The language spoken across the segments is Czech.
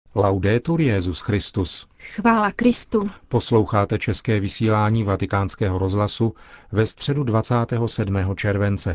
Laudetur Jesus Christus. Chvála Kristu. Posloucháte české vysílání Vatikánského rozhlasu ve středu 27. července.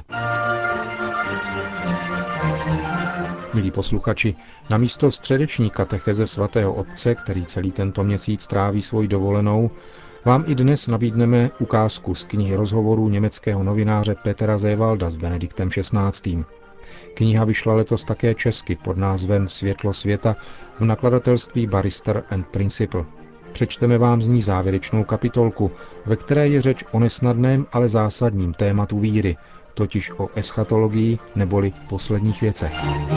Milí posluchači, namísto středeční katecheze svatého otce, který celý tento měsíc tráví svoji dovolenou, vám i dnes nabídneme ukázku z knihy rozhovorů německého novináře Petera Seewalda s Benediktem XVI. Kniha vyšla letos také česky pod názvem Světlo světa v nakladatelství Barrister and Principal. Přečteme vám z ní závěrečnou kapitolku, ve které je řeč o nesnadném, ale zásadním tématu víry, totiž o eschatologii neboli posledních věcech.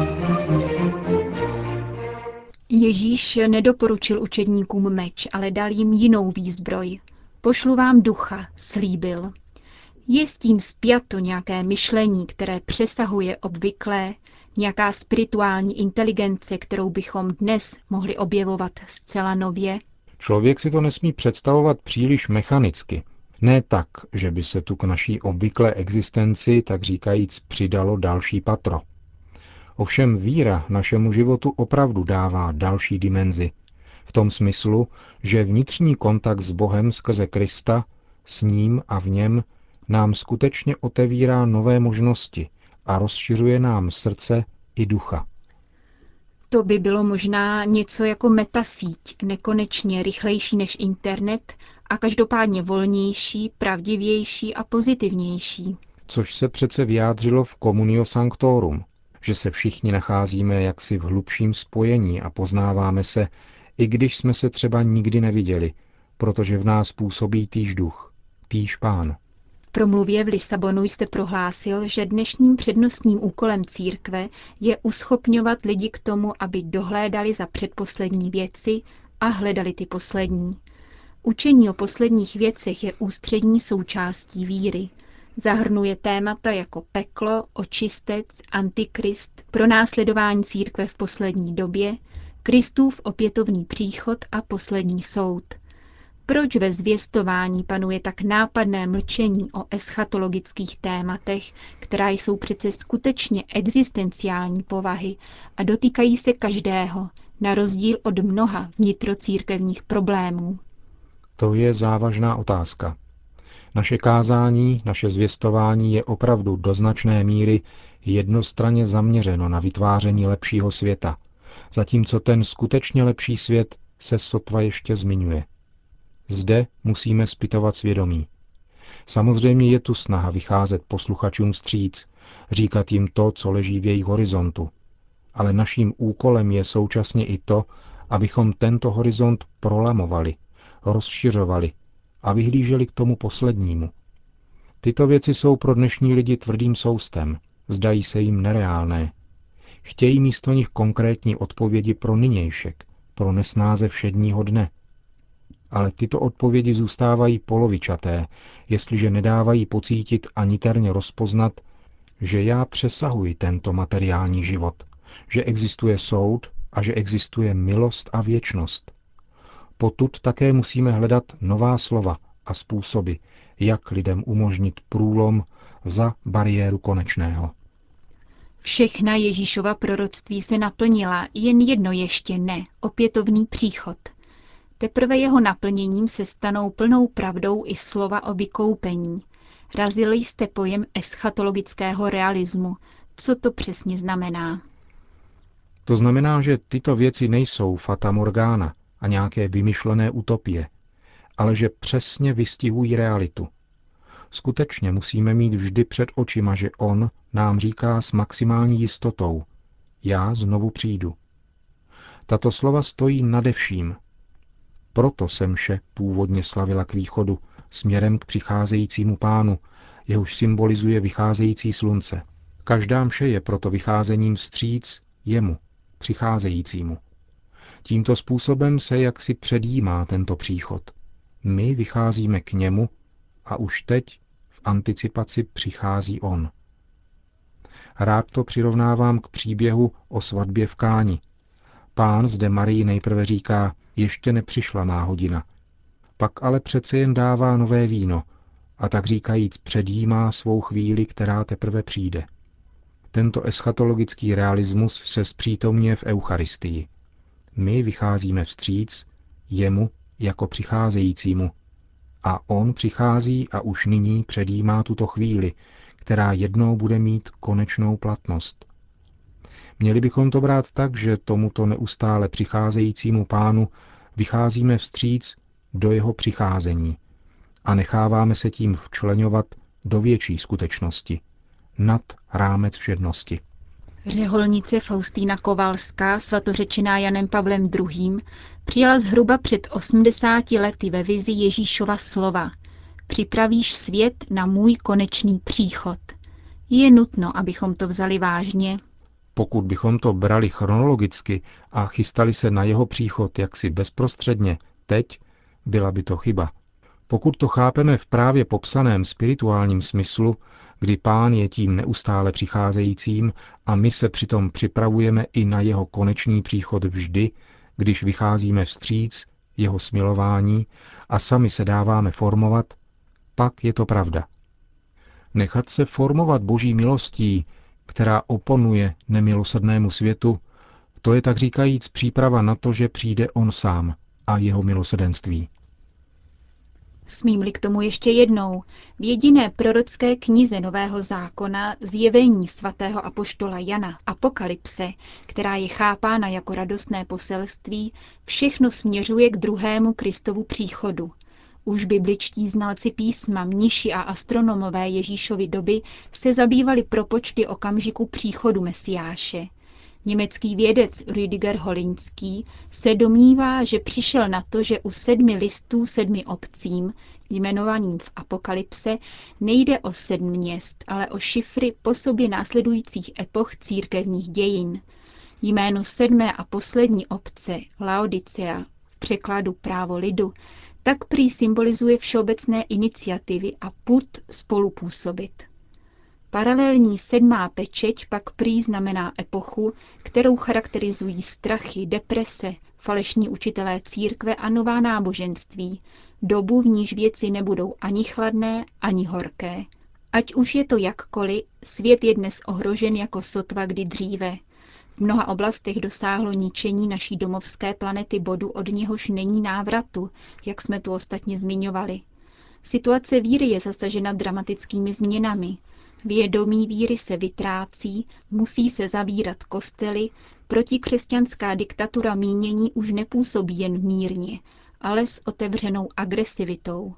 Ježíš nedoporučil učedníkům meč, ale dal jim jinou výzbroj. Pošlu vám ducha, slíbil. Je s tím spjato nějaké myšlení, které přesahuje obvyklé, nějaká spirituální inteligence, kterou bychom dnes mohli objevovat zcela nově? Člověk si to nesmí představovat příliš mechanicky. Ne tak, že by se tu k naší obvyklé existenci, tak říkajíc, přidalo další patro. Ovšem víra našemu životu opravdu dává další dimenzi. V tom smyslu, že vnitřní kontakt s Bohem skrze Krista, s ním a v něm, nám skutečně otevírá nové možnosti a rozšiřuje nám srdce i ducha. To by bylo možná něco jako metasíť, nekonečně rychlejší než internet a každopádně volnější, pravdivější a pozitivnější. Což se přece vyjádřilo v Communio Sanctorum, že se všichni nacházíme jaksi v hlubším spojení a poznáváme se, i když jsme se třeba nikdy neviděli, protože v nás působí týž duch, týž Pán. V promluvě v Lisabonu jste prohlásil, že dnešním přednostním úkolem církve je uschopňovat lidi k tomu, aby dohlédali za předposlední věci a hledali ty poslední. Učení o posledních věcech je ústřední součástí víry. Zahrnuje témata jako peklo, očistec, antikrist, pronásledování církve v poslední době, Kristův opětovný příchod a poslední soud. Proč ve zvěstování panuje tak nápadné mlčení o eschatologických tématech, která jsou přece skutečně existenciální povahy a dotýkají se každého, na rozdíl od mnoha vnitrocírkevních problémů? To je závažná otázka. Naše kázání, naše zvěstování je opravdu do značné míry jednostranně zaměřeno na vytváření lepšího světa, zatímco ten skutečně lepší svět se sotva ještě zmiňuje. Zde musíme zpytovat svědomí. Samozřejmě je tu snaha vycházet posluchačům vstříc, říkat jim to, co leží v jejich horizontu. Ale naším úkolem je současně i to, abychom tento horizont prolamovali, rozšiřovali a vyhlíželi k tomu poslednímu. Tyto věci jsou pro dnešní lidi tvrdým soustem, zdají se jim nereálné. Chtějí místo nich konkrétní odpovědi pro nynějšek, pro nesnáze všedního dne. Ale tyto odpovědi zůstávají polovičaté, jestliže nedávají pocítit a niterně rozpoznat, že já přesahuji tento materiální život, že existuje soud a že existuje milost a věčnost. Potud také musíme hledat nová slova a způsoby, jak lidem umožnit průlom za bariéru konečného. Všechna Ježíšova proroctví se naplnila, jen jedno ještě ne, opětovný příchod. Teprve jeho naplněním se stanou plnou pravdou i slova o vykoupení. Razili jste pojem eschatologického realismu. Co to přesně znamená? To znamená, že tyto věci nejsou fata morgana a nějaké vymyšlené utopie, ale že přesně vystihují realitu. Skutečně musíme mít vždy před očima, že on nám říká s maximální jistotou: já znovu přijdu. Tato slova stojí nade vším. Proto se mše původně slavila k východu, směrem k přicházejícímu Pánu, jehož symbolizuje vycházející slunce. Každá mše je proto vycházením vstříc jemu, přicházejícímu. Tímto způsobem se jaksi předjímá tento příchod. My vycházíme k němu a už teď v anticipaci přichází on. Rád to přirovnávám k příběhu o svatbě v Káni. Pán zde Marii nejprve říká: ještě nepřišla má hodina. Pak ale přece jen dává nové víno a tak říkajíc předjímá svou chvíli, která teprve přijde. Tento eschatologický realismus se zpřítomňuje v Eucharistii. My vycházíme vstříc jemu jako přicházejícímu. A on přichází a už nyní předjímá tuto chvíli, která jednou bude mít konečnou platnost. Měli bychom to brát tak, že tomuto neustále přicházejícímu Pánu vycházíme vstříc do jeho přicházení a necháváme se tím včleňovat do větší skutečnosti, nad rámec všednosti. Řeholnice Faustína Kovalská, svatořečená Janem Pavlem II., přijala zhruba před 80 lety ve vizi Ježíšova slova: Připravíš svět na můj konečný příchod. Je nutno, abychom to vzali vážně. Pokud bychom to brali chronologicky a chystali se na jeho příchod jaksi bezprostředně, teď, byla by to chyba. Pokud to chápeme v právě popsaném spirituálním smyslu, kdy Pán je tím neustále přicházejícím a my se přitom připravujeme i na jeho konečný příchod vždy, když vycházíme vstříc jeho smilování a sami se dáváme formovat, pak je to pravda. Nechat se formovat Boží milostí, která oponuje nemilosrdnému světu, to je tak říkajíc příprava na to, že přijde on sám a jeho milosrdenství. Smím-li k tomu ještě jednou, v jediné prorocké knize Nového zákona Zjevení svatého apoštola Jana, Apokalypse, která je chápána jako radostné poselství, všechno směřuje k druhému Kristovu příchodu. Už bibličtí znalci písma, mniši a astronomové Ježíšovy doby se zabývali propočty okamžiku příchodu Mesiáše. Německý vědec Rüdiger Holinský se domnívá, že přišel na to, že u 7 listů 7 obcím, jmenovaným v Apokalypse, nejde o 7 měst, ale o šifry po sobě následujících epoch církevních dějin. Jméno 7. a poslední obce, Laodicea, v překladu právo lidu, tak prý symbolizuje všeobecné iniciativy a pud spolupůsobit. Paralelní 7. pečeť pak prý znamená epochu, kterou charakterizují strachy, deprese, falešní učitelé církve a nová náboženství, dobu, v níž věci nebudou ani chladné, ani horké. Ať už je to jakkoliv, svět je dnes ohrožen jako sotva kdy dříve. V mnoha oblastech dosáhlo ničení naší domovské planety bodu, od něhož není návratu, jak jsme tu ostatně zmiňovali. Situace víry je zasažena dramatickými změnami. Vědomí víry se vytrácí, musí se zavírat kostely, protikřesťanská diktatura mínění už nepůsobí jen mírně, ale s otevřenou agresivitou.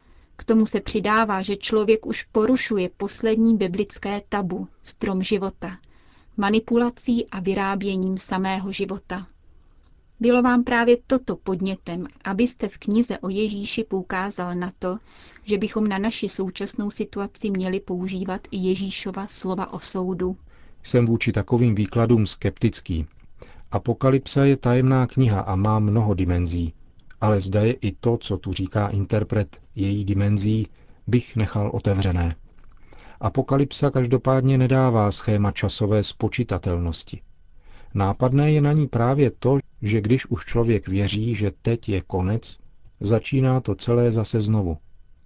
K tomu se přidává, že člověk už porušuje poslední biblické tabu, strom života, manipulací a vyráběním samého života. Bylo vám právě toto podnětem, abyste v knize o Ježíši poukázal na to, že bychom na naši současnou situaci měli používat i Ježíšova slova o soudu? Jsem vůči takovým výkladům skeptický. Apokalypsa je tajemná kniha a má mnoho dimenzí, ale zda je i to, co tu říká interpret, její dimenzí, bych nechal otevřené. Apokalypsa každopádně nedává schéma časové spočitatelnosti. Nápadné je na ní právě to, že když už člověk věří, že teď je konec, začíná to celé zase znovu.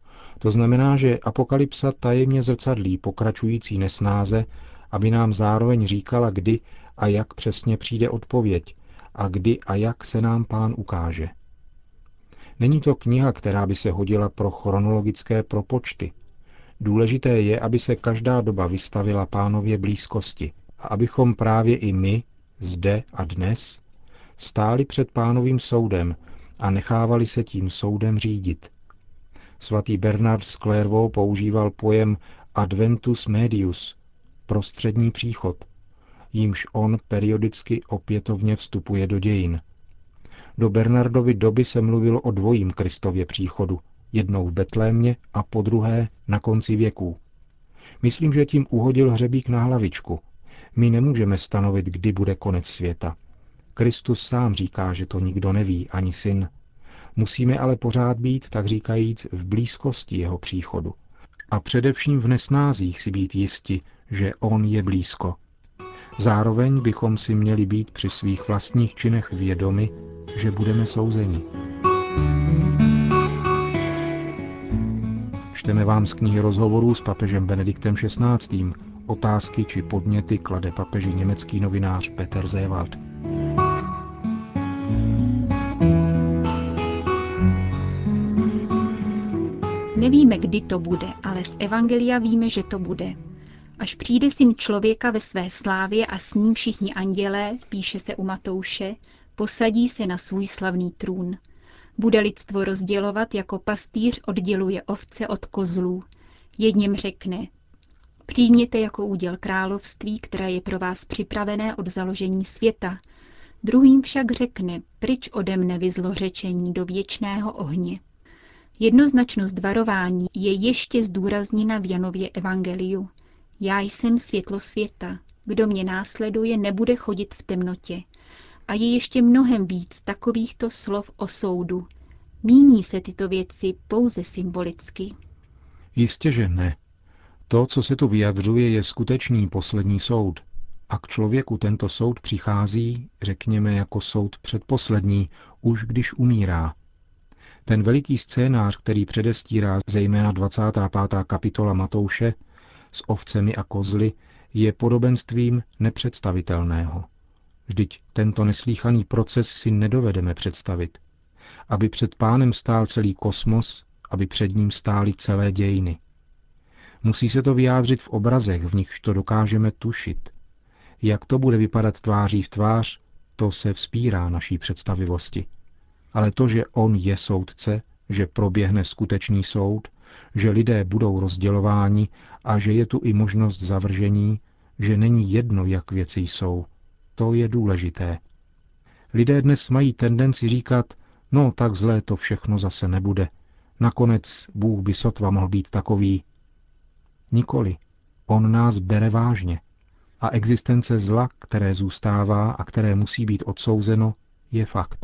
To znamená, že apokalypsa tajemně zrcadlí pokračující nesnáze, aby nám zároveň říkala, kdy a jak přesně přijde odpověď a kdy a jak se nám Pán ukáže. Není to kniha, která by se hodila pro chronologické propočty. Důležité je, aby se každá doba vystavila Pánově blízkosti a abychom právě i my, zde a dnes, stáli před Pánovým soudem a nechávali se tím soudem řídit. Svatý Bernard z Clairvaux používal pojem adventus medius, prostřední příchod, jímž on periodicky opětovně vstupuje do dějin. Do Bernardovy doby se mluvilo o dvojím Kristově příchodu, jednou v Betlémě a podruhé na konci věků. Myslím, že tím uhodil hřebík na hlavičku. My nemůžeme stanovit, kdy bude konec světa. Kristus sám říká, že to nikdo neví, ani syn. Musíme ale pořád být, tak říkajíc, v blízkosti jeho příchodu. A především v nesnázích si být jisti, že on je blízko. Zároveň bychom si měli být při svých vlastních činech vědomi, že budeme souzeni. Čteme vám z knihy rozhovorů s papežem Benediktem XVI. Otázky či podněty klade papeži německý novinář Peter Zewald. Nevíme, kdy to bude, ale z Evangelia víme, že to bude. Až přijde Syn člověka ve své slávě a s ním všichni andělé, píše se u Matouše, posadí se na svůj slavný trůn. Bude lidstvo rozdělovat, jako pastýř odděluje ovce od kozlů. Jedním řekne, přijměte jako úděl království, které je pro vás připravené od založení světa. Druhým však řekne, pryč ode mne vy zlořečení do věčného ohně. Jednoznačnost varování je ještě zdůrazněna v Janově evangeliu. Já jsem světlo světa. Kdo mě následuje, nebude chodit v temnotě. A je ještě mnohem víc takovýchto slov o soudu. Míní se tyto věci pouze symbolicky. Jistě, že ne. To, co se tu vyjadřuje, je skutečný poslední soud. A k člověku tento soud přichází, řekněme, jako soud předposlední, už když umírá. Ten veliký scénář, který předestírá zejména 25. kapitola Matouše s ovcemi a kozly, je podobenstvím nepředstavitelného. Vždyť tento neslýchaný proces si nedovedeme představit. Aby před Pánem stál celý kosmos, aby před ním stály celé dějiny. Musí se to vyjádřit v obrazech, v nichž to dokážeme tušit. Jak to bude vypadat tváří v tvář, to se vzpírá naší představivosti. Ale to, že on je soudce, že proběhne skutečný soud, že lidé budou rozdělováni a že je tu i možnost zavržení, že není jedno, jak věci jsou, to je důležité. Lidé dnes mají tendenci říkat, no tak zlé to všechno zase nebude. Nakonec Bůh by sotva mohl být takový. Nikoli. On nás bere vážně. A existence zla, které zůstává a které musí být odsouzeno, je fakt.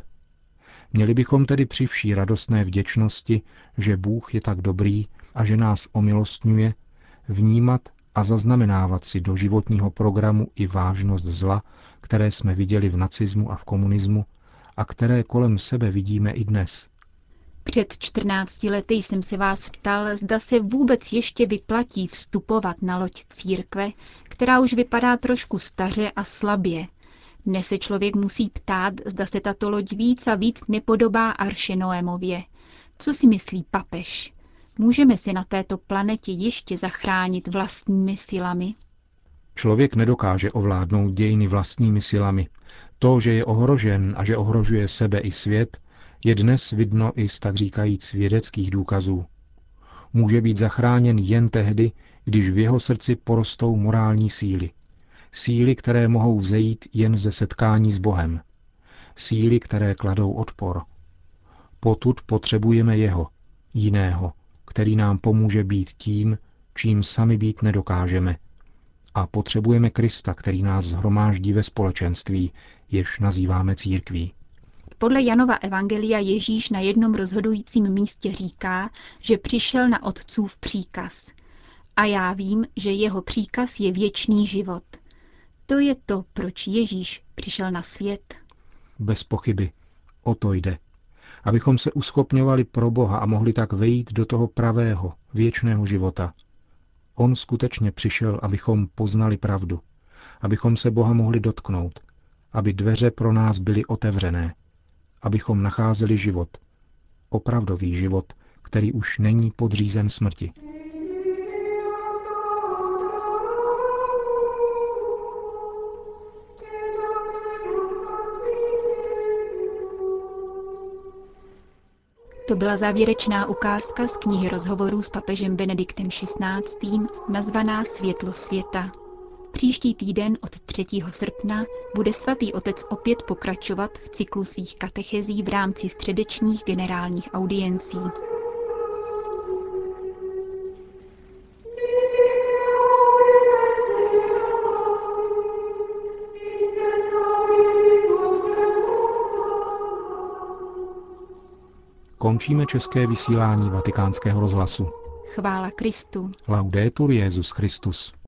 Měli bychom tedy při vší radostné vděčnosti, že Bůh je tak dobrý a že nás omilostňuje, vnímat a zaznamenávat si do životního programu i vážnost zla, které jsme viděli v nacismu a v komunismu a které kolem sebe vidíme i dnes. Před 14 lety jsem se vás ptal, zda se vůbec ještě vyplatí vstupovat na loď církve, která už vypadá trošku staře a slabě. Dnes se člověk musí ptát, zda se tato loď víc a víc nepodobá Arše Noémově. Co si myslí papež? Můžeme se na této planetě ještě zachránit vlastními silami? Člověk nedokáže ovládnout dějiny vlastními silami. To, že je ohrožen a že ohrožuje sebe i svět, je dnes vidno i z tak říkajíc vědeckých důkazů. Může být zachráněn jen tehdy, když v jeho srdci porostou morální síly. Síly, které mohou vzejít jen ze setkání s Bohem. Síly, které kladou odpor. Potud potřebujeme jeho, jiného, který nám pomůže být tím, čím sami být nedokážeme. A potřebujeme Krista, který nás shromáždí ve společenství, jež nazýváme církví. Podle Janova evangelia Ježíš na jednom rozhodujícím místě říká, že přišel na otcův příkaz. A já vím, že jeho příkaz je věčný život. To je to, proč Ježíš přišel na svět. Bez pochyby. O to jde. Abychom se uschopňovali pro Boha a mohli tak vejít do toho pravého, věčného života. On skutečně přišel, abychom poznali pravdu. Abychom se Boha mohli dotknout. Aby dveře pro nás byly otevřené. Abychom nacházeli život. Opravdový život, který už není podřízen smrti. To byla závěrečná ukázka z knihy rozhovorů s papežem Benediktem XVI. Nazvaná Světlo světa. Příští týden od 3. srpna bude svatý otec opět pokračovat v cyklu svých katechezí v rámci středečních generálních audiencí. Končíme české vysílání Vatikánského rozhlasu. Chvála Kristu. Laudetur Jesus Christus.